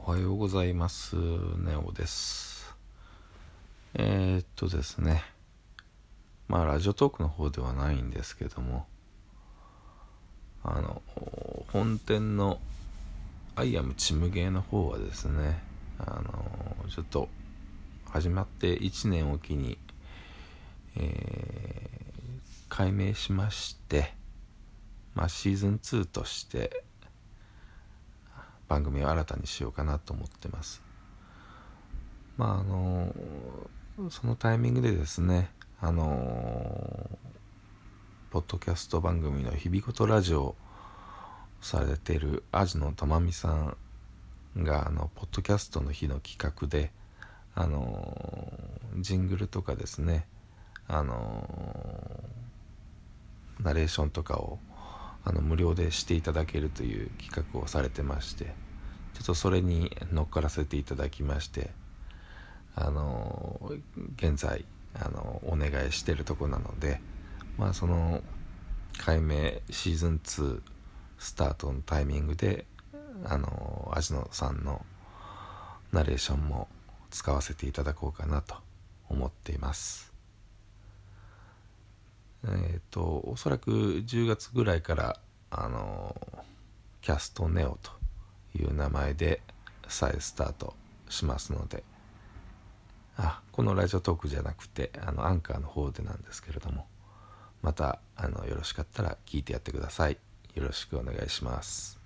おはようございます。ネオです。ですね、ラジオトークの方ではないんですけども、本店のアイアムチムゲーの方はですね、ちょっと始まって1年を機に、改名しまして、シーズン2として番組を新たにしようかなと思ってます。そのタイミングでですね、ポッドキャスト番組の日々ごとラジオをされているアジのとまみさんがポッドキャストの日の企画でジングルとかですね、ナレーションとかを無料でしていただけるという企画をされてまして、ちょっとそれに乗っからせていただきまして、現在お願いしているところなので、その改名シーズン2スタートのタイミングでアジノさんのナレーションも使わせていただこうかなと思っています。おそらく10月ぐらいからキャストネオという名前で再スタートしますので、このラジオトークじゃなくてアンカーの方でなんですけれども、またよろしかったら聞いてやってください。よろしくお願いします。